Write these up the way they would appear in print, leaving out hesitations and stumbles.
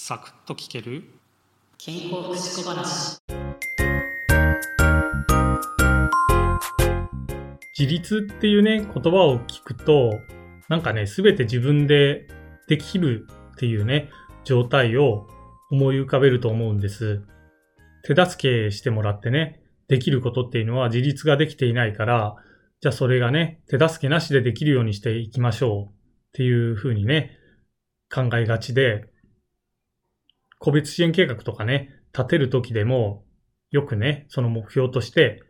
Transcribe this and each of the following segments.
サクッと聞ける健康福祉小話。 自立っていうね、言葉を聞くと、なんかね、すべて自分でできるっていうね、状態を思い浮かべると思うんです。手助けしてもらってね、できることっていうのは自立ができていないから、じゃあそれがね、手助けなしでできるようにしていきましょうっていうふうにね、考えがちで、個別支援計画とかね、立てるときでも、よくね、その目標として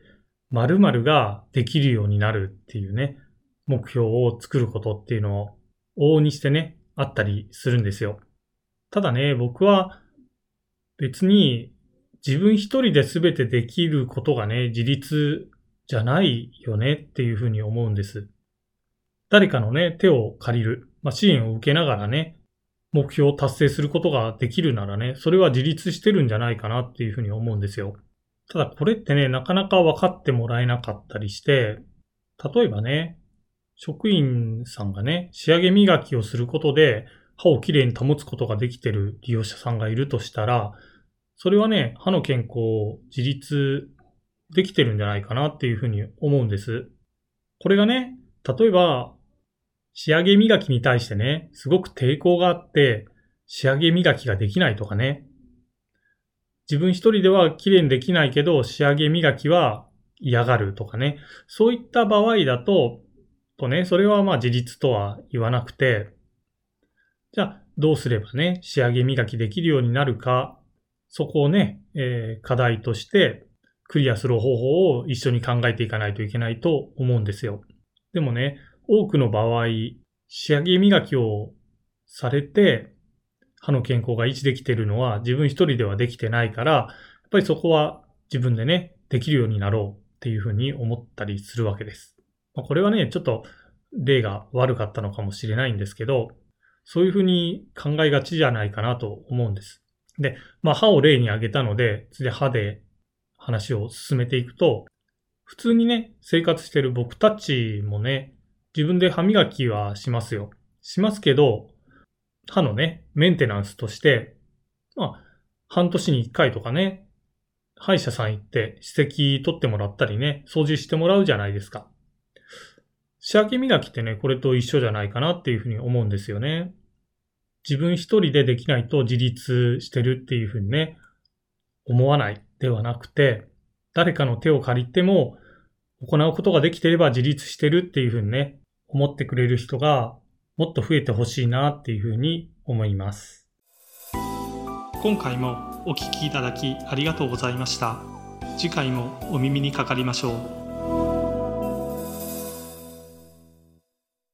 、〇〇ができるようになるっていうね、目標を作ることっていうのを往々にしてね、あったりするんですよ。ただね、僕は別に自分一人で全てできることがね、自立じゃないよねっていうふうに思うんです。誰かのね、手を借りる、支援を受けながらね、目標を達成することができるならね、それは自立してるんじゃないかなっていうふうに思うんですよ。ただこれってね、なかなか分かってもらえなかったりして、例えばね、職員さんがね、仕上げ磨きをすることで歯をきれいに保つことができている利用者さんがいるとしたら、それはね、歯の健康を自立できてるんじゃないかなっていうふうに思うんです。これがね、例えば、仕上げ磨きに対してね、すごく抵抗があって、仕上げ磨きができないとかね、自分一人では綺麗にできないけど、仕上げ磨きは嫌がるとかね、そういった場合だと、それは自立とは言わなくて、じゃあどうすればね、仕上げ磨きできるようになるか、そこをね、課題としてクリアする方法を一緒に考えていかないといけないと思うんですよ。でもね、多くの場合、仕上げ磨きをされて、歯の健康が維持できているのは自分一人ではできてないから、やっぱりそこは自分でね、できるようになろうっていうふうに思ったりするわけです。これはね、ちょっと例が悪かったのかもしれないんですけど、そういうふうに考えがちじゃないかなと思うんです。で、歯を例に挙げたので、次歯で話を進めていくと、普通にね、生活してる僕たちもね、自分で歯磨きはしますよ。しますけど、歯のね、メンテナンスとして、半年に1回とかね、歯医者さん行って歯石取ってもらったりね、掃除してもらうじゃないですか。仕上げ磨きってね、これと一緒じゃないかなっていうふうに思うんですよね。自分一人でできないと自立してるっていうふうにね、思わないではなくて、誰かの手を借りても行うことができていれば自立してるっていうふうにね、思ってくれる人がもっと増えてほしいなっていうふうに思います。今回もお聞きいただきありがとうございました。次回もお耳にかかりましょう。